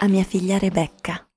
a mia figlia Rebecca.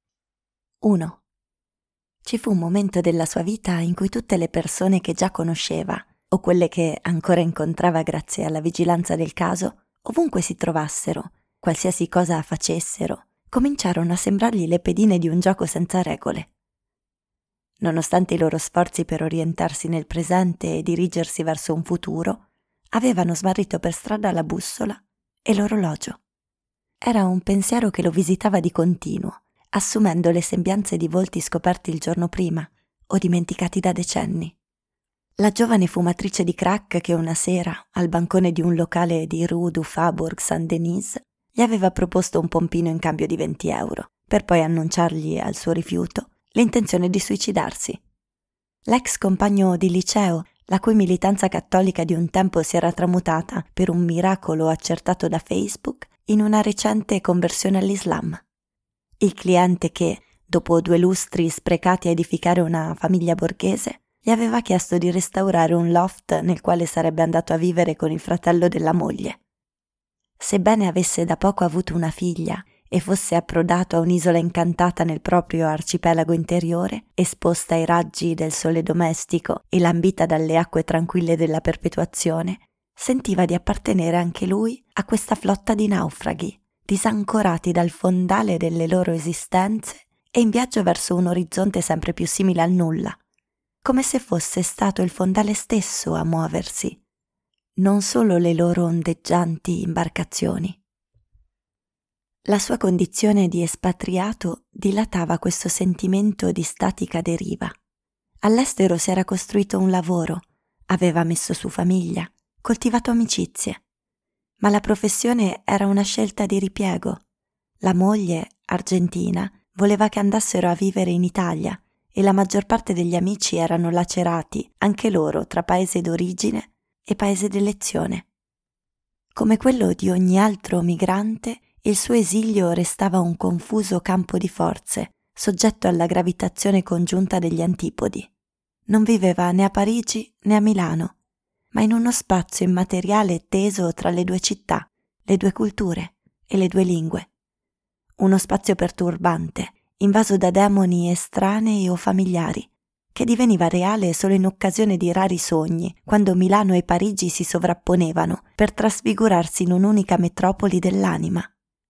1. Ci fu un momento della sua vita in cui tutte le persone che già conosceva, o quelle che ancora incontrava grazie alla vigilanza del caso, ovunque si trovassero, qualsiasi cosa facessero, cominciarono a sembrargli le pedine di un gioco senza regole. Nonostante i loro sforzi per orientarsi nel presente e dirigersi verso un futuro, avevano smarrito per strada la bussola e l'orologio. Era un pensiero che lo visitava di continuo, assumendo le sembianze di volti scoperti il giorno prima o dimenticati da decenni. La giovane fumatrice di crack che una sera, al bancone di un locale di Rue du Faubourg Saint-Denis, gli aveva proposto un pompino in cambio di 20 euro, per poi annunciargli al suo rifiuto l'intenzione di suicidarsi. L'ex compagno di liceo, la cui militanza cattolica di un tempo si era tramutata per un miracolo accertato da Facebook in una recente conversione all'Islam. Il cliente che, dopo 2 lustri sprecati a edificare una famiglia borghese, gli aveva chiesto di restaurare un loft nel quale sarebbe andato a vivere con il fratello della moglie. Sebbene avesse da poco avuto una figlia e fosse approdato a un'isola incantata nel proprio arcipelago interiore, esposta ai raggi del sole domestico e lambita dalle acque tranquille della perpetuazione, sentiva di appartenere anche lui a questa flotta di naufraghi, disancorati dal fondale delle loro esistenze e in viaggio verso un orizzonte sempre più simile al nulla, come se fosse stato il fondale stesso a muoversi, non solo le loro ondeggianti imbarcazioni. La sua condizione di espatriato dilatava questo sentimento di statica deriva. All'estero si era costruito un lavoro, aveva messo su famiglia, coltivato amicizie, ma la professione era una scelta di ripiego. La moglie, argentina, voleva che andassero a vivere in Italia e la maggior parte degli amici erano lacerati, anche loro, tra paese d'origine e paese d'elezione. Come quello di ogni altro migrante, il suo esilio restava un confuso campo di forze, soggetto alla gravitazione congiunta degli antipodi. Non viveva né a Parigi né a Milano, ma in uno spazio immateriale teso tra le 2 città, le 2 culture e le 2 lingue. Uno spazio perturbante, invaso da demoni estranei o familiari, che diveniva reale solo in occasione di rari sogni, quando Milano e Parigi si sovrapponevano per trasfigurarsi in un'unica metropoli dell'anima.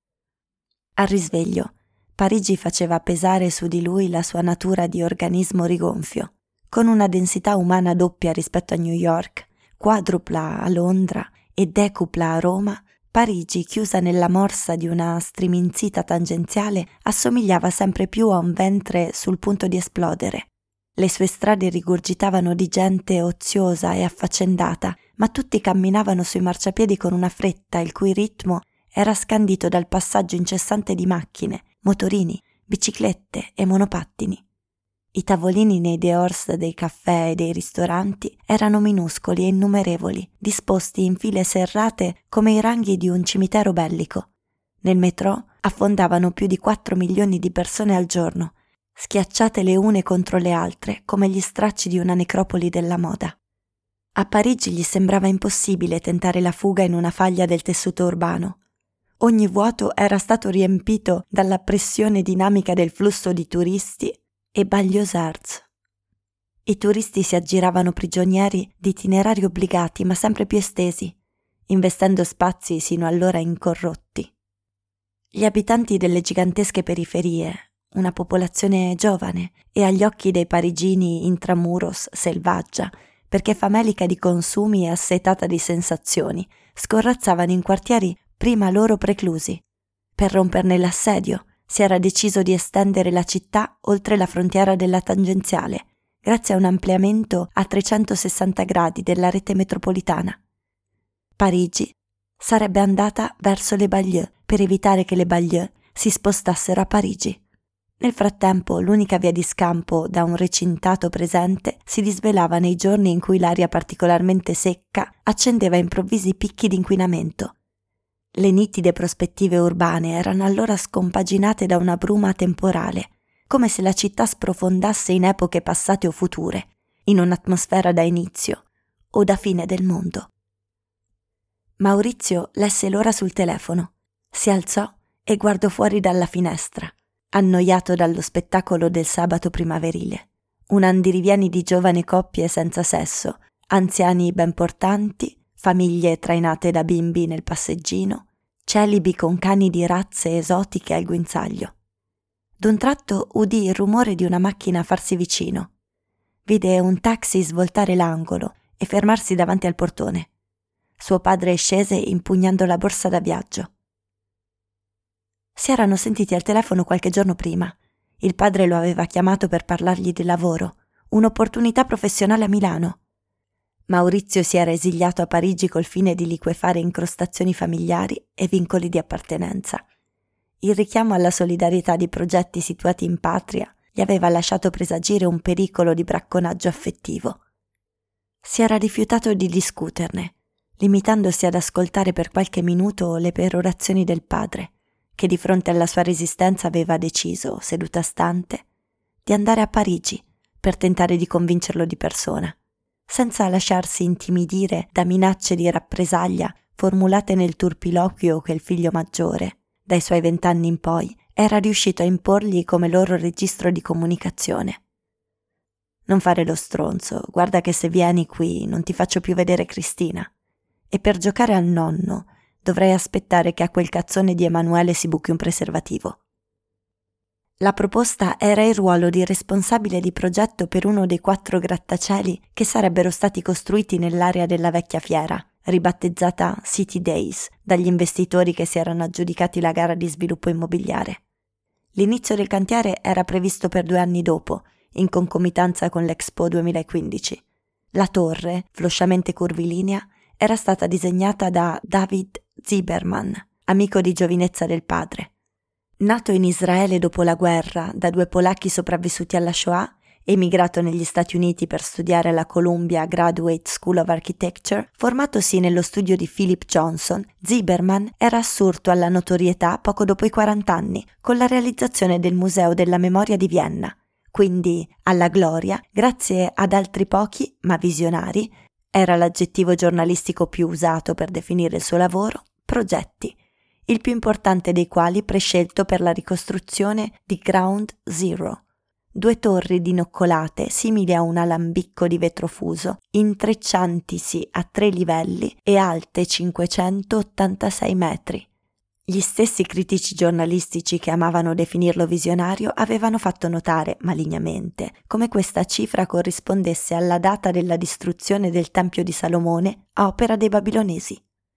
Al risveglio, Parigi faceva pesare su di lui la sua natura di organismo rigonfio, con una densità umana doppia rispetto a New York, quadrupla a Londra e decupla a Roma. Parigi, chiusa nella morsa di una striminzita tangenziale, assomigliava sempre più a un ventre sul punto di esplodere. Le sue strade rigurgitavano di gente oziosa e affaccendata, ma tutti camminavano sui marciapiedi con una fretta il cui ritmo era scandito dal passaggio incessante di macchine, motorini, biciclette e monopattini. I tavolini nei dehors dei caffè e dei ristoranti erano minuscoli e innumerevoli, disposti in file serrate come i ranghi di un cimitero bellico. Nel metrò affondavano più di 4 milioni di persone al giorno, schiacciate le une contro le altre come gli stracci di una necropoli della moda. A Parigi gli sembrava impossibile tentare la fuga in una faglia del tessuto urbano. Ogni vuoto era stato riempito dalla pressione dinamica del flusso di turisti e banlieusards. I turisti si aggiravano prigionieri di itinerari obbligati ma sempre più estesi, investendo spazi sino allora incorrotti. Gli abitanti delle gigantesche periferie, una popolazione giovane e agli occhi dei parigini intramuros selvaggia, perché famelica di consumi e assetata di sensazioni, scorrazzavano in quartieri prima loro preclusi. Per romperne l'assedio si era deciso di estendere la città oltre la frontiera della tangenziale, grazie a un ampliamento a 360 gradi della rete metropolitana. Parigi sarebbe andata verso les banlieues per evitare che le banlieue si spostassero a Parigi. Nel frattempo, l'unica via di scampo da un recintato presente si disvelava nei giorni in cui l'aria particolarmente secca accendeva improvvisi picchi di inquinamento. Le nitide prospettive urbane erano allora scompaginate da una bruma temporale, come se la città sprofondasse in epoche passate o future, in un'atmosfera da inizio o da fine del mondo. Maurizio lesse l'ora sul telefono, si alzò e guardò fuori dalla finestra, annoiato dallo spettacolo del sabato primaverile. Un andirivieni di giovani coppie senza sesso, anziani ben portanti, famiglie trainate da bimbi nel passeggino, celibi con cani di razze esotiche al guinzaglio. D'un tratto udì il rumore di una macchina farsi vicino. Vide un taxi svoltare l'angolo e fermarsi davanti al portone. Suo padre scese impugnando la borsa da viaggio. Si erano sentiti al telefono qualche giorno prima. Il padre lo aveva chiamato per parlargli di lavoro, un'opportunità professionale a Milano. Maurizio si era esiliato a Parigi col fine di liquefare incrostazioni familiari e vincoli di appartenenza. Il richiamo alla solidarietà di progetti situati in patria gli aveva lasciato presagire un pericolo di bracconaggio affettivo. Si era rifiutato di discuterne, limitandosi ad ascoltare per qualche minuto le perorazioni del padre, che di fronte alla sua resistenza aveva deciso, seduta stante, di andare a Parigi per tentare di convincerlo di persona, senza lasciarsi intimidire da minacce di rappresaglia formulate nel turpiloquio che il figlio maggiore, dai suoi 20 anni in poi, era riuscito a imporgli come loro registro di comunicazione. Non fare lo stronzo, guarda che se vieni qui non ti faccio più vedere Cristina. E per giocare al nonno dovrei aspettare che a quel cazzone di Emanuele si buchi un preservativo. La proposta era il ruolo di responsabile di progetto per uno dei 4 grattacieli che sarebbero stati costruiti nell'area della vecchia fiera, ribattezzata City Days, dagli investitori che si erano aggiudicati la gara di sviluppo immobiliare. L'inizio del cantiere era previsto per 2 anni dopo, in concomitanza con l'Expo 2015. La torre, flosciamente curvilinea, era stata disegnata da David Zimmerman, amico di giovinezza del padre. Nato in Israele dopo la guerra da 2 polacchi sopravvissuti alla Shoah, emigrato negli Stati Uniti per studiare alla Columbia Graduate School of Architecture, formatosi nello studio di Philip Johnson, Zimmerman era assurto alla notorietà poco dopo i 40 anni con la realizzazione del Museo della Memoria di Vienna, quindi alla gloria, grazie ad altri pochi, ma visionari, era l'aggettivo giornalistico più usato per definire il suo lavoro, progetti, il più importante dei quali prescelto per la ricostruzione di Ground Zero, 2 torri dinoccolate simili a un alambicco di vetro fuso, intrecciantisi a 3 livelli e alte 586 metri. Gli stessi critici giornalistici che amavano definirlo visionario avevano fatto notare, malignamente, come questa cifra corrispondesse alla data della distruzione del Tempio di Salomone a opera dei babilonesi.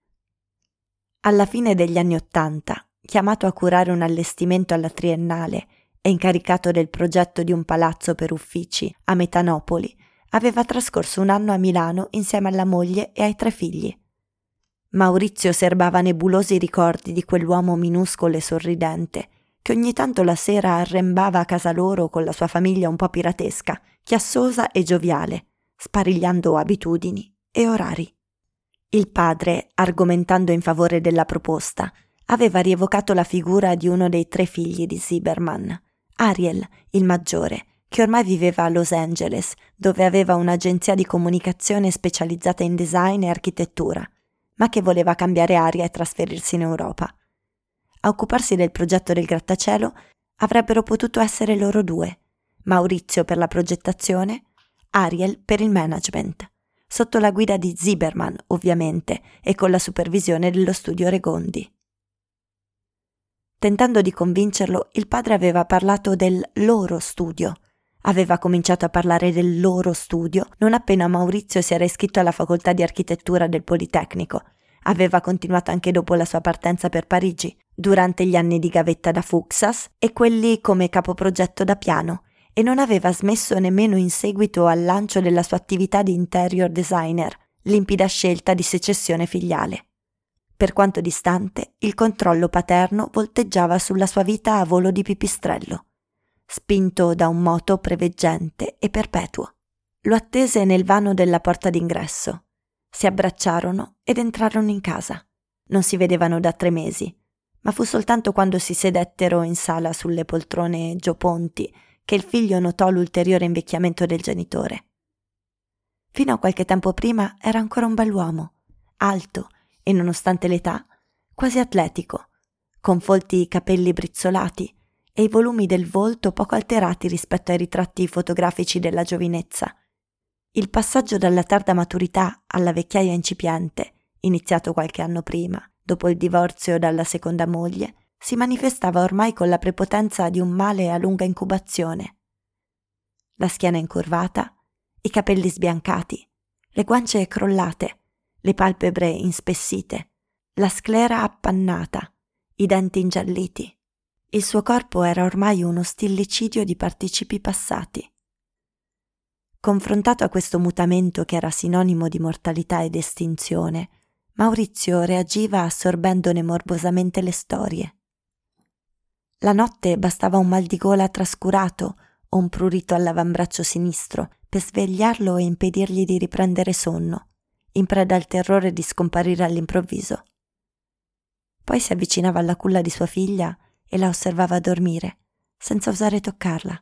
Alla fine degli anni '80, chiamato a curare un allestimento alla Triennale e incaricato del progetto di un palazzo per uffici a Metanopoli, aveva trascorso 1 anno a Milano insieme alla moglie e ai 3 figli. Maurizio serbava nebulosi ricordi di quell'uomo minuscolo e sorridente, che ogni tanto la sera arrembava a casa loro con la sua famiglia un po' piratesca, chiassosa e gioviale, sparigliando abitudini e orari. Il padre, argomentando in favore della proposta, aveva rievocato la figura di uno dei 3 figli di Zimmerman, Ariel, il maggiore, che ormai viveva a Los Angeles, dove aveva un'agenzia di comunicazione specializzata in design e architettura, ma che voleva cambiare aria e trasferirsi in Europa. A occuparsi del progetto del grattacielo avrebbero potuto essere loro 2, Maurizio per la progettazione, Ariel per il management, sotto la guida di Zimmerman, ovviamente, e con la supervisione dello studio Regondi. Tentando di convincerlo, il padre aveva parlato del loro studio. Aveva cominciato a parlare del loro studio non appena Maurizio si era iscritto alla facoltà di architettura del Politecnico. Aveva continuato anche dopo la sua partenza per Parigi, durante gli anni di gavetta da Fuxas e quelli come capoprogetto da piano, e non aveva smesso nemmeno in seguito al lancio della sua attività di interior designer, limpida scelta di secessione filiale. Per quanto distante, il controllo paterno volteggiava sulla sua vita a volo di pipistrello, spinto da un moto preveggente e perpetuo. Lo attese nel vano della porta d'ingresso. Si abbracciarono ed entrarono in casa. Non si vedevano da 3 mesi, ma fu soltanto quando si sedettero in sala sulle poltrone gioponti che il figlio notò l'ulteriore invecchiamento del genitore. Fino a qualche tempo prima era ancora un bell'uomo, alto e, nonostante l'età, quasi atletico, con folti capelli brizzolati e i volumi del volto poco alterati rispetto ai ritratti fotografici della giovinezza. Il passaggio dalla tarda maturità alla vecchiaia incipiente, iniziato qualche anno prima, dopo il divorzio dalla seconda moglie, si manifestava ormai con la prepotenza di un male a lunga incubazione. La schiena incurvata, i capelli sbiancati, le guance crollate, le palpebre inspessite, la sclera appannata, i denti ingialliti. Il suo corpo era ormai uno stillicidio di participi passati. Confrontato a questo mutamento che era sinonimo di mortalità ed estinzione, Maurizio reagiva assorbendone morbosamente le storie. La notte bastava un mal di gola trascurato o un prurito all'avambraccio sinistro per svegliarlo e impedirgli di riprendere sonno, in preda al terrore di scomparire all'improvviso. Poi si avvicinava alla culla di sua figlia e la osservava dormire, senza osare toccarla.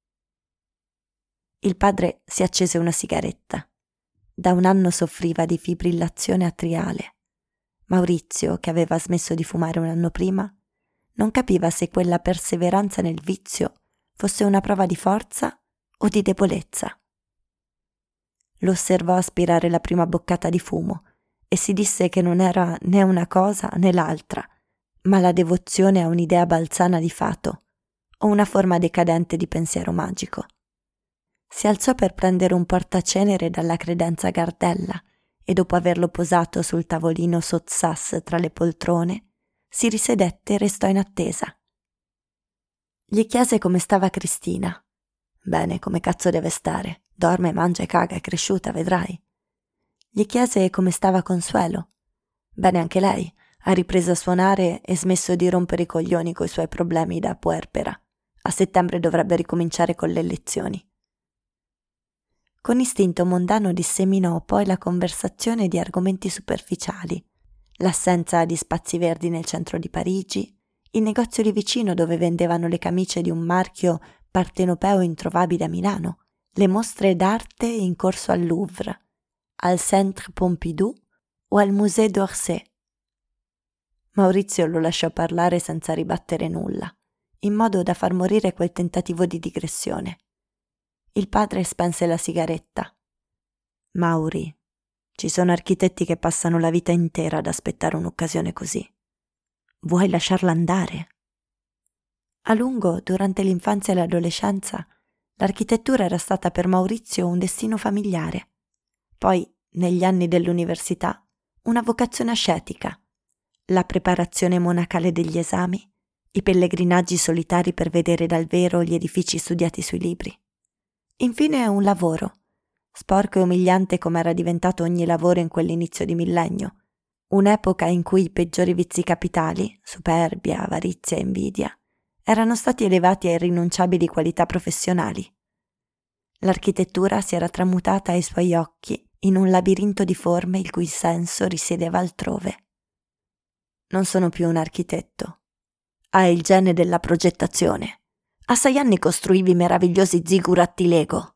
Il padre si accese una sigaretta. Da un anno soffriva di fibrillazione atriale. Maurizio, che aveva smesso di fumare un anno prima, non capiva se quella perseveranza nel vizio fosse una prova di forza o di debolezza. Lo osservò aspirare la prima boccata di fumo e si disse che non era né una cosa né l'altra, ma la devozione a un'idea balzana di fato o una forma decadente di pensiero magico. Si alzò per prendere un portacenere dalla credenza Gardella e dopo averlo posato sul tavolino sott'sas tra le poltrone, si risedette e restò in attesa. Gli chiese come stava Cristina. Bene, come cazzo deve stare? Dorme, mangia e caga, è cresciuta, vedrai. Gli chiese come stava Consuelo. Bene anche lei, ha ripreso a suonare e smesso di rompere i coglioni coi suoi problemi da puerpera. A settembre dovrebbe ricominciare con le lezioni. Con istinto mondano disseminò poi la conversazione di argomenti superficiali, l'assenza di spazi verdi nel centro di Parigi, il negozio lì vicino dove vendevano le camicie di un marchio partenopeo introvabile a Milano, le mostre d'arte in corso al Louvre, al Centre Pompidou o al Musée d'Orsay. Maurizio lo lasciò parlare senza ribattere nulla, in modo da far morire quel tentativo di digressione. Il padre spense la sigaretta. Mauri, ci sono architetti che passano la vita intera ad aspettare un'occasione così. Vuoi lasciarla andare? A lungo, durante l'infanzia e l'adolescenza, l'architettura era stata per Maurizio un destino familiare. Poi, negli anni dell'università, una vocazione ascetica, la preparazione monacale degli esami, i pellegrinaggi solitari per vedere dal vero gli edifici studiati sui libri. Infine un lavoro, sporco e umiliante come era diventato ogni lavoro in quell'inizio di millennio, un'epoca in cui i peggiori vizi capitali, superbia, avarizia e invidia, erano stati elevati a irrinunciabili qualità professionali. L'architettura si era tramutata ai suoi occhi in un labirinto di forme il cui senso risiedeva altrove. Non sono più un architetto. Hai il gene della progettazione. A 6 anni costruivi meravigliosi zigurati Lego.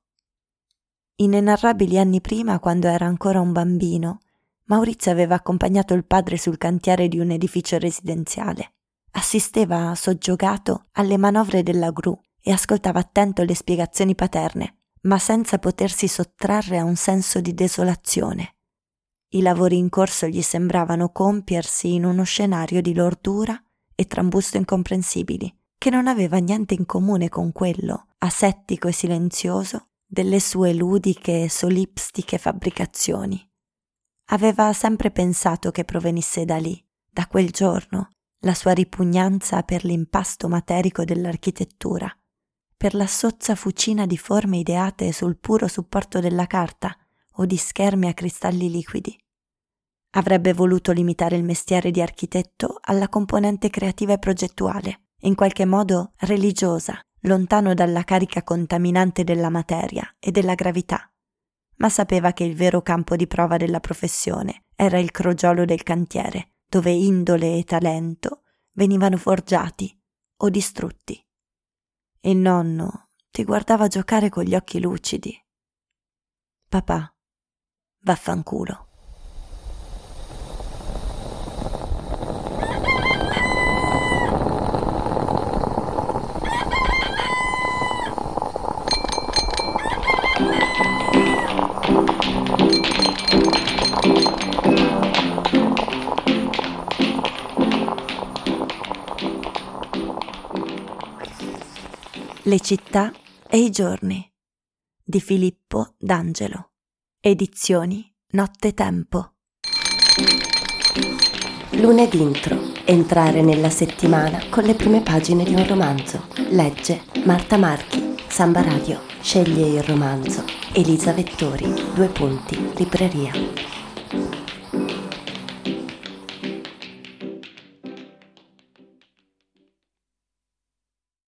Inenarrabili anni prima, quando era ancora un bambino, Maurizio aveva accompagnato il padre sul cantiere di un edificio residenziale. Assisteva soggiogato alle manovre della gru e ascoltava attento le spiegazioni paterne, ma senza potersi sottrarre a un senso di desolazione. I lavori in corso gli sembravano compiersi in uno scenario di lordura e trambusto incomprensibili, che non aveva niente in comune con quello, asettico e silenzioso, delle sue ludiche e solipstiche fabbricazioni. Aveva sempre pensato che provenisse da lì, da quel giorno, la sua ripugnanza per l'impasto materico dell'architettura, per la sozza fucina di forme ideate sul puro supporto della carta o di schermi a cristalli liquidi. Avrebbe voluto limitare il mestiere di architetto alla componente creativa e progettuale, in qualche modo religiosa, lontano dalla carica contaminante della materia e della gravità, ma sapeva che il vero campo di prova della professione era il crogiolo del cantiere, dove indole e talento venivano forgiati o distrutti. Il nonno ti guardava giocare con gli occhi lucidi. Papà, vaffanculo. Le città e i giorni di Filippo D'Angelo. Edizioni Nottetempo. Lunedì intro. Entrare nella settimana con le prime pagine di un romanzo. Legge Marta Marchi. Samba Radio. Sceglie il romanzo. Elisa Vettori. Libreria.